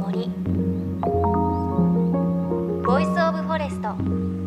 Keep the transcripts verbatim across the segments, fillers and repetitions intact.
森ボイスオブフォレスト。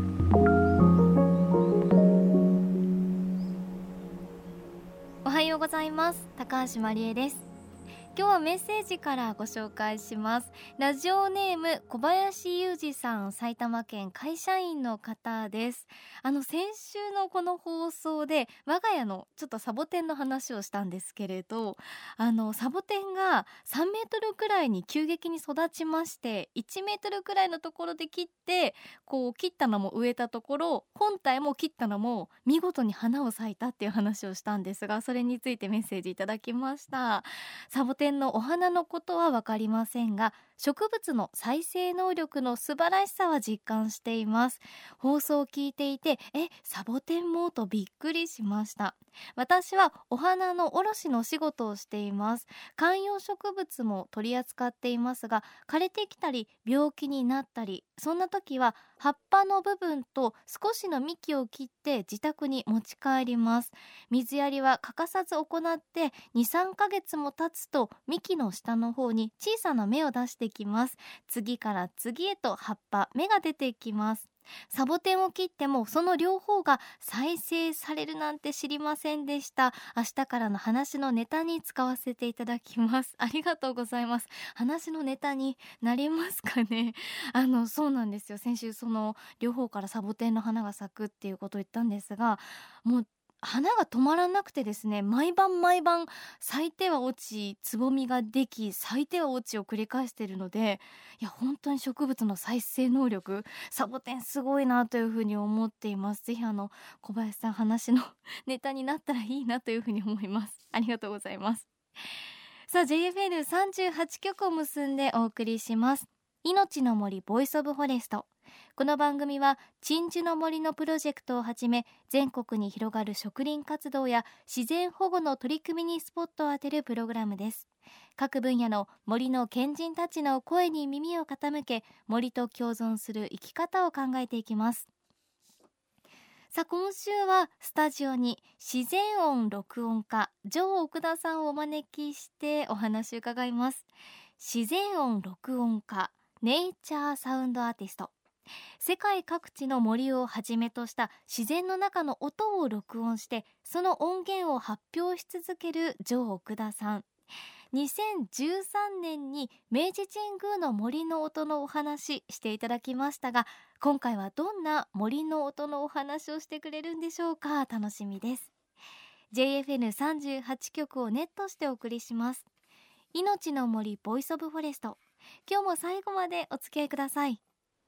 おはようございます。高橋まりえです。今日はメッセージからご紹介します。ラジオネーム小林裕二さん、埼玉県会社員の方です。あの先週のこの放送で我が家のちょっとサボテンの話をしたんですけれど、あのサボテンがさんメートルくらいに急激に育ちまして、いちメートルくらいのところで切って、こう切ったのも植えたところ、本体も切ったのも見事に花を咲いたっていう話をしたんですが、それについてメッセージいただきました。サボテンのお花のことは分かりませんが、植物の再生能力の素晴らしさは実感しています。放送を聞いていて、え、サボテンもとびっくりしました。私はお花の卸のお仕事をしています。観葉植物も取り扱っていますが、枯れてきたり病気になったり、そんな時は葉っぱの部分と少しの幹を切って自宅に持ち帰ります。水やりは欠かさず行って、に、さんかげつも経つと幹の下の方に小さな芽を出してきます。次から次へと葉っぱ、芽が出てきます。サボテンを切ってもその両方が再生されるなんて知りませんでした。明日からの話のネタに使わせていただきます。ありがとうございます。話のネタになりますかね。あのそうなんですよ。先週その両方からサボテンの花が咲くっていうことを言ったんですが、もう花が止まらなくてですね、毎晩毎晩咲いては落ち、つぼみができ、咲いては落ちを繰り返しているので、いや本当に植物の再生能力、サボテンすごいなというふうに思っています。ぜひあの小林さん、話のネタになったらいいなというふうに思います。ありがとうございます。さあ ジェイエフエルさんじゅうはち 曲を結んでお送りします。命の森ボイスオブフォレスト。この番組は鎮守の森のプロジェクトをはじめ、全国に広がる植林活動や自然保護の取り組みにスポットを当てるプログラムです。各分野の森の賢人たちの声に耳を傾け、森と共存する生き方を考えていきます。さあ今週はスタジオに自然音録音家城奥田さんをお招きしてお話を伺います。自然音録音家、ネイチャーサウンドアーティスト、世界各地の森をはじめとした自然の中の音を録音して、その音源を発表し続ける城奥田さん。にせんじゅうさんねんに明治神宮の森の音のお話していただきましたが、今回はどんな森の音のお話をしてくれるんでしょうか。楽しみです。 ジェイエフエヌさんじゅうはち 曲をネットしてお送りします。命の森ボイスオブフォレスト。今日も最後までお付き合いください。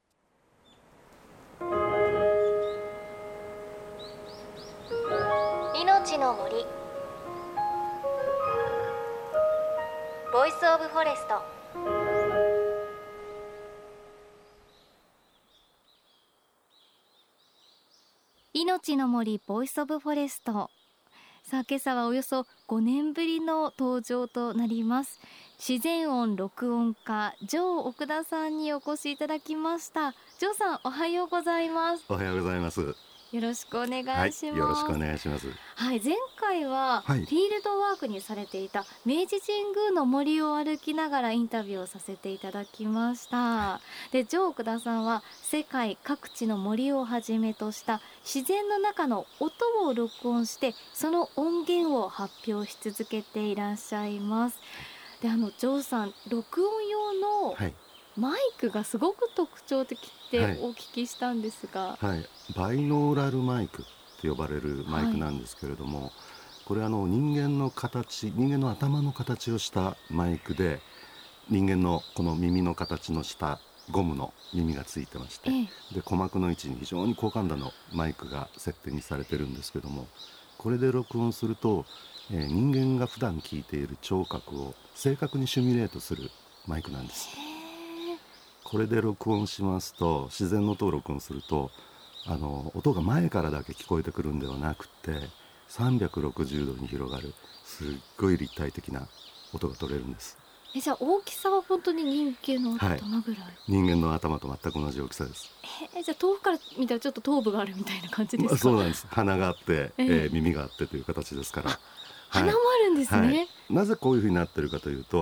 命の森ボイスオブフォレスト。命の森ボイスオブフォレスト。さあ今朝はおよそごねんぶりの登場となります。自然音録音家城奥田さんにお越しいただきました。城さん、おはようございます。 おはようございます。 よろしくお願いします。はい、 よろしくお願いします。 はい、前回はフィールドワークにされていた明治神宮の森を歩きながらインタビューをさせていただきました。で、城奥田さんは世界各地の森をはじめとした自然の中の音を録音して、その音源を発表し続けていらっしゃいます。で、あの城さん、録音用の、はい、マイクがすごく特徴的ってお聞きしたんですが、 はいはい、バイノーラルマイクと呼ばれるマイクなんですけれども、はい、これはあの人間の形人間の頭の形をしたマイクで、人間のこの耳の形のしたゴムの耳がついてまして、ええ、で鼓膜の位置に非常に高感度のマイクが設定にされてるんですけども、これで録音すると、えー、人間が普段聞いている聴覚を正確にシミュレートするマイクなんです。これで録音しますと、自然の音を録音すると、あの音が前からだけ聞こえてくるんではなくて、さんびゃくろくじゅうどに広がるすっごい立体的な音が取れるんです。 え、じゃあ大きさは本当に人間の頭ぐらい、はい、 人間の頭と全く同じ大きさです。 え、じゃあ遠くから見たらちょっと頭部があるみたいな感じですか。 まあ、そうなんです。鼻があって、えーえー、耳があってという形ですから。 鼻もあるんですね。はいはい、 なぜこういうふうになってるかというと、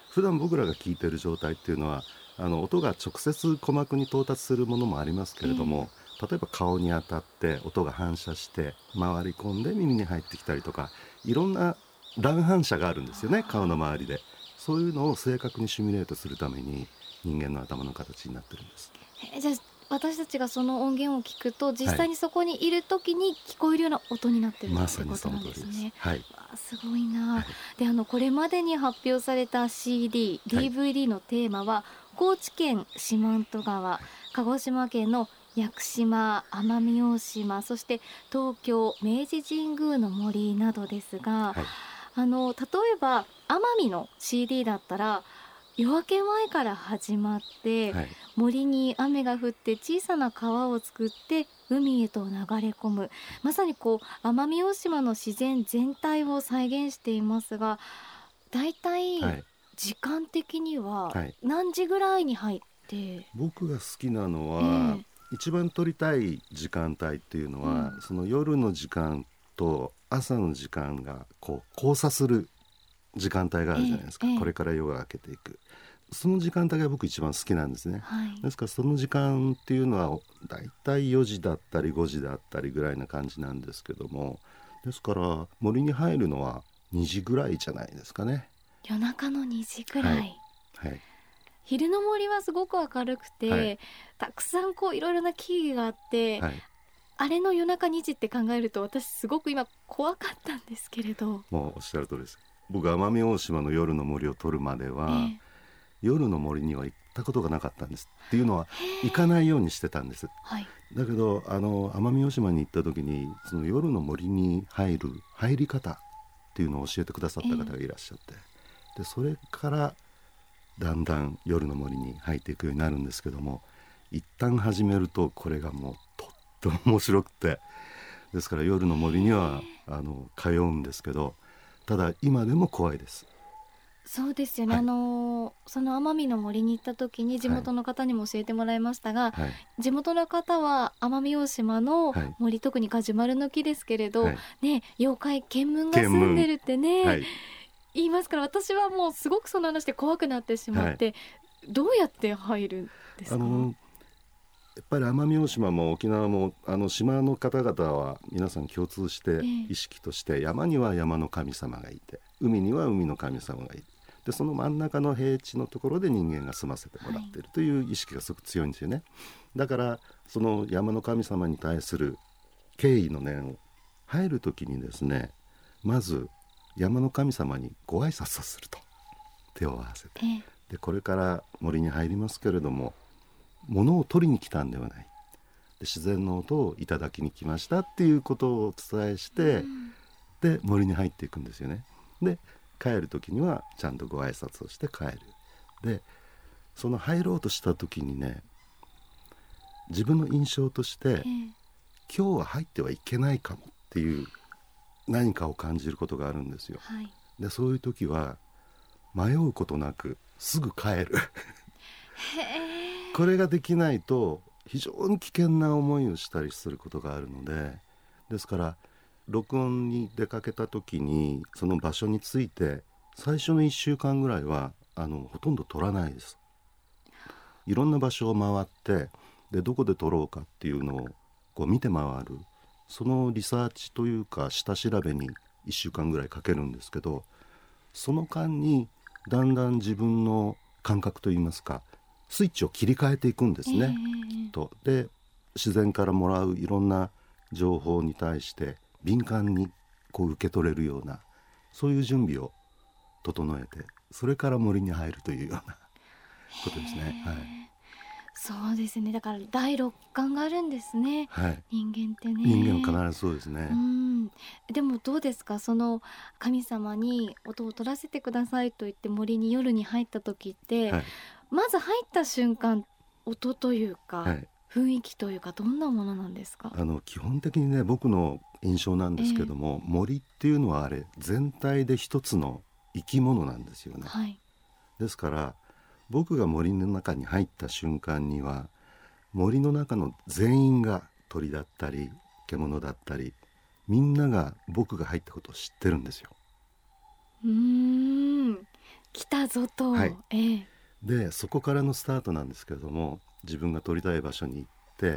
普段僕らが聞いてる状態っていうのはあの音が直接鼓膜に到達するものもありますけれども、えー、例えば顔に当たって音が反射して回り込んで耳に入ってきたりとか、いろんな乱反射があるんですよね、顔の周りで。そういうのを正確にシミュレートするために人間の頭の形になってるんです。 えー、じゃあ私たちがその音源を聞くと実際にそこにいる時に聞こえるような音になってる、はい、ってことなんですね。 はい、 わあ、すごいな、はい、であのこれまでに発表された シーディー、ディーブイディー のテーマは、はい、高知県四万十川、鹿児島県の屋久島、奄美大島、そして東京明治神宮の森などですが、はい、あの例えば奄美の シーディー だったら夜明け前から始まって、はい、森に雨が降って小さな川を作って海へと流れ込む、まさにこう奄美大島の自然全体を再現していますが、だいたい時間的には何時ぐらいに入って、はい、 僕が好きなのは、えー、一番撮りたい時間帯っていうのは、うん、その夜の時間と朝の時間がこう交差する時間帯があるじゃないですか、えー、これから夜が明けていく、その時間帯が僕一番好きなんですね、はい、ですからその時間っていうのはだいたいよじだったりごじだったりぐらいな感じなんですけども、ですから森に入るのはにじぐらいじゃないですかね。 夜中のにじぐらい、はいはい、 昼の森はすごく明るくて、はい、たくさんこういろいろな木々があって、はい、あれの夜中にじって考えると私すごく今怖かったんですけれど。 もうおっしゃる通りです。僕奄美大島の夜の森を撮るまでは、えー、夜の森には行ったことがなかったんです。っていうのは行かないようにしてたんです、はい、だけどあの奄美大島に行った時にその夜の森に入る入り方っていうのを教えてくださった方がいらっしゃって、えー、でそれからだんだん夜の森に入っていくようになるんですけども、一旦始めるとこれがもうとっても面白くて、ですから夜の森にはあの通うんですけど、ただ今でも怖いです。 そうですよね、はい、あのその奄美の森に行った時に地元の方にも教えてもらいましたが、はい、地元の方は奄美大島の森、はい、特にガジュマルの木ですけれど、はい、ね、妖怪見聞が住んでるってね、はい、言いますから、私はもうすごくその話で怖くなってしまって、はい、どうやって入るんですか？あのやっぱり奄美大島も沖縄もあの島の方々は皆さん共通して意識として、えー、山には山の神様がいて海には海の神様がいる、でその真ん中の平地のところで人間が住ませてもらっているという意識がすごく強いんですよね。だからその山の神様に対する敬意の念を入るときにですね、まず山の神様にご挨拶をすると、手を合わせて、でこれから森に入りますけれども物を取りに来たんではない、で自然の音をいただきに来ましたっていうことをお伝えして、うん、で森に入っていくんですよね。で帰る時にはちゃんとご挨拶をして帰る。でその入ろうとした時にね、自分の印象として、えー、今日は入ってはいけないかもっていう何かを感じることがあるんですよ、はい、でそういう時は迷うことなくすぐ帰るへー、これができないと非常に危険な思いをしたりすることがあるので、ですから録音に出かけた時にその場所について最初のいっしゅうかんぐらいはあのほとんど撮らないです。いろんな場所を回ってでどこで撮ろうかっていうのをこう見て回る、そのリサーチというか下調べにいっしゅうかんぐらいかけるんですけど、その間にだんだん自分の感覚といいますかスイッチを切り替えていくんですね、えー、とで自然からもらういろんな情報に対して敏感にこう受け取れるようなそういう準備を整えて、それから森に入るというようなことですね、はい、 そうですね、だから第六感があるんですね、はい、人間ってね。 人間は必ずそうですね。 うん、でもどうですか、その神様に音を取らせてくださいと言って森に夜に入った時って、はい、まず入った瞬間音というか、はい、雰囲気というかどんなものなんですか？ あの基本的にね僕の印象なんですけども、えー、森っていうのはあれ全体で一つの生き物なんですよね、はい、ですから僕が森の中に入った瞬間には森の中の全員が鳥だったり獣だったりみんなが僕が入ったことを知ってるんですよ。 うーん、 来たぞと、 はいええ、 でそこからのスタートなんですけれども、自分が撮りたい場所に行って、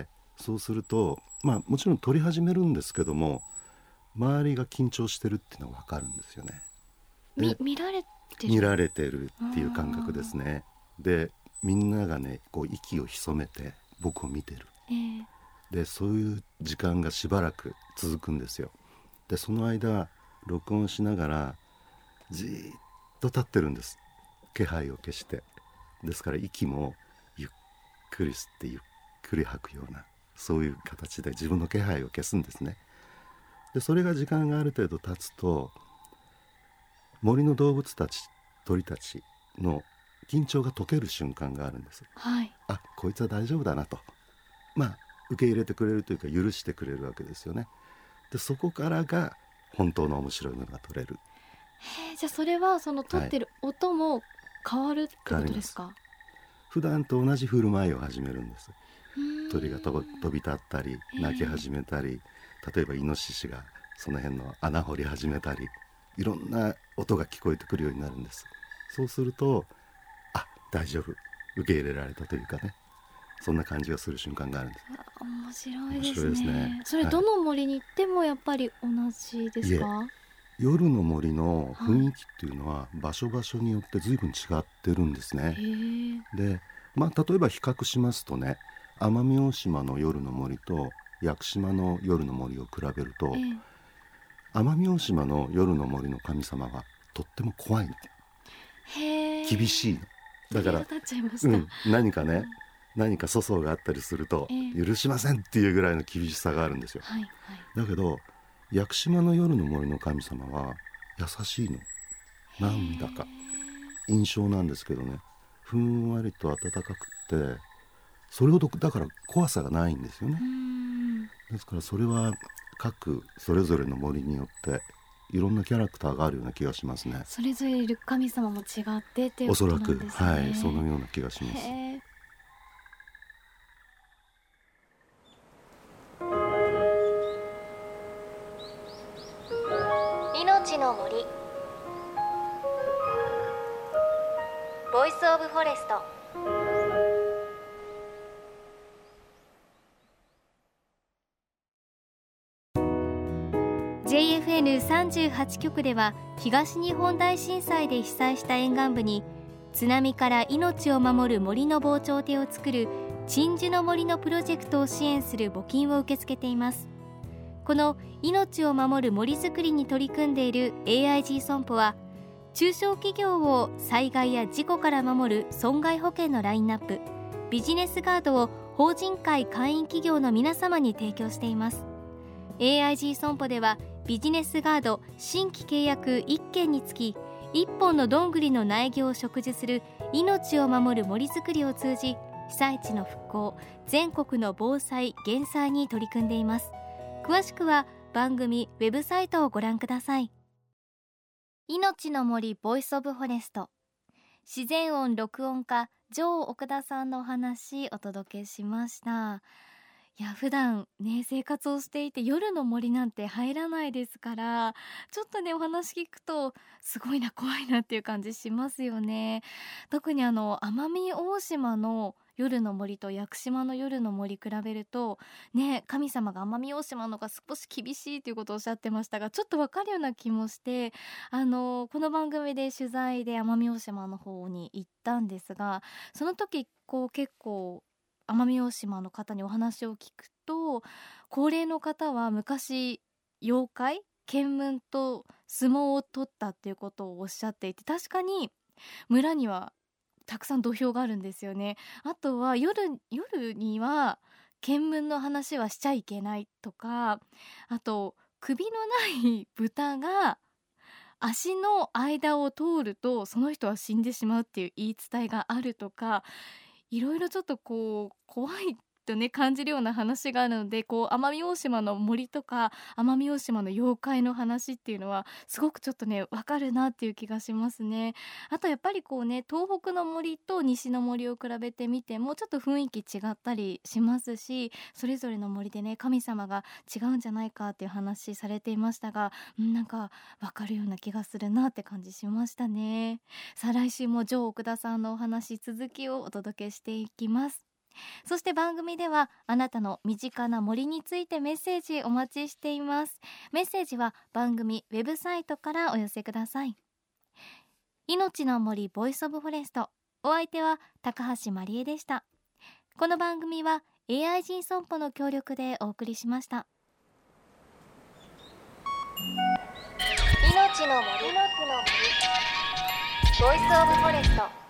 そうするとまあもちろん撮り始めるんですけども、周りが緊張してるっていうのが分かるんですよね。 みで見られてる見られてるっていう感覚ですね。でみんながねこう息を潜めて僕を見てる。 ええ、 でそういう時間がしばらく続くんですよ。でその間録音しながらじーっと立ってるんです、気配を消して。ですから息もゆっくり吸ってゆっくり吐くような、そういう形で自分の気配を消すんですね。でそれが時間がある程度経つと、森の動物たち鳥たちの緊張が解ける瞬間があるんです。 はい、 あ、こいつは大丈夫だなと、まあ受け入れてくれるというか許してくれるわけですよね。でそこからが本当の面白いのが取れる。 へえ、じゃあそれはその撮ってる音も変わるってことですか？ 普段と同じ振る舞いを始めるんです。 うーん、 鳥が飛び飛び立ったり鳴き始めたり、例えばイノシシがその辺の穴掘り始めたり、いろんな音が聞こえてくるようになるんです。そうすると、あ、大丈夫、受け入れられたというかね、そんな感じがする瞬間があるんです。 あ、面白いですね。 面白いですね。 それどの森に行ってもやっぱり同じですか？ い夜の森の雰囲気っていうのは場所場所によって随分違ってるんですね。 へえ、 で、まあ例えば比較しますとね、奄美大島の夜の森と屋久島の夜の森を比べると、 ええ、 奄美大島の夜の森の神様はとっても怖いの、 へえ、 厳しいの。だから、 鳥肌立っちゃいました。 うん、何かね、何か粗相があったりすると、 ええ、 許しませんっていうぐらいの厳しさがあるんですよ。 はいはい。 だけど屋久島の夜の森の神様は優しいの、なんだか印象なんですけどね、ふんわりと温かくって、それほどだから怖さがないんですよね。 うーん、 ですからそれは各それぞれの森によっていろんなキャラクターがあるような気がしますね。 それぞれいる神様も違ってっていうおそらことなんですね。 く、はい、そのような気がします。 へえ、命の森ボイスオブフォレスト。ジェイエフエヌさんじゅうはち 局では東日本大震災で被災した沿岸部に津波から命を守る森の防潮堤を作る鎮守の森のプロジェクトを支援する募金を受け付けています。この命を守る森づくりに取り組んでいる エーアイジー 損保は、中小企業を災害や事故から守る損害保険のラインナップビジネスガードを法人会会員企業の皆様に提供しています。 エーアイジー 損保ではビジネスガード新規契約いっけんにつきいっぽんのどんぐりの苗木を植樹する命を守る森づくりを通じ、被災地の復興、全国の防災減災に取り組んでいます。詳しくは番組ウェブサイトをご覧ください。命の森ボイスオブフォレスト、自然音録音家城奥田さんのお話お届けしました。いや、普段ね生活をしていて夜の森なんて入らないですから、ちょっとねお話聞くとすごいな、怖いなっていう感じしますよね。特にあの奄美大島の夜の森と屋久島の夜の森比べるとね、神様が奄美大島のが少し厳しいということをおっしゃってましたが、ちょっとわかるような気もして、あのこの番組で取材で奄美大島の方に行ったんですが、その時こう結構奄美大島の方にお話を聞くと、高齢の方は昔妖怪見聞と相撲を取ったっていうことをおっしゃっていて、確かに村にはたくさん土俵があるんですよね。あとは夜夜には見聞の話はしちゃいけないとか、あと首のない豚が足の間を通るとその人は死んでしまうっていう言い伝えがあるとか、いろいろちょっとこう怖いとね感じるような話があるので、こう奄美大島の森とか奄美大島の妖怪の話っていうのはすごくちょっとねわかるなっていう気がしますね。あとやっぱりこうね東北の森と西の森を比べてみてもちょっと雰囲気違ったりしますし、それぞれの森でね神様が違うんじゃないかっていう話されていましたが、うん、なんかわかるような気がするなって感じしましたね。さあ来週もジョー奥田さんのお話続きをお届けしていきます。そして番組ではあなたの身近な森についてメッセージお待ちしています。メッセージは番組ウェブサイトからお寄せください。命の森ボイスオブフォレスト、お相手は高橋まりえでした。この番組は エーアイ 人損保の協力でお送りしました。命の森ボイスオブフォレスト。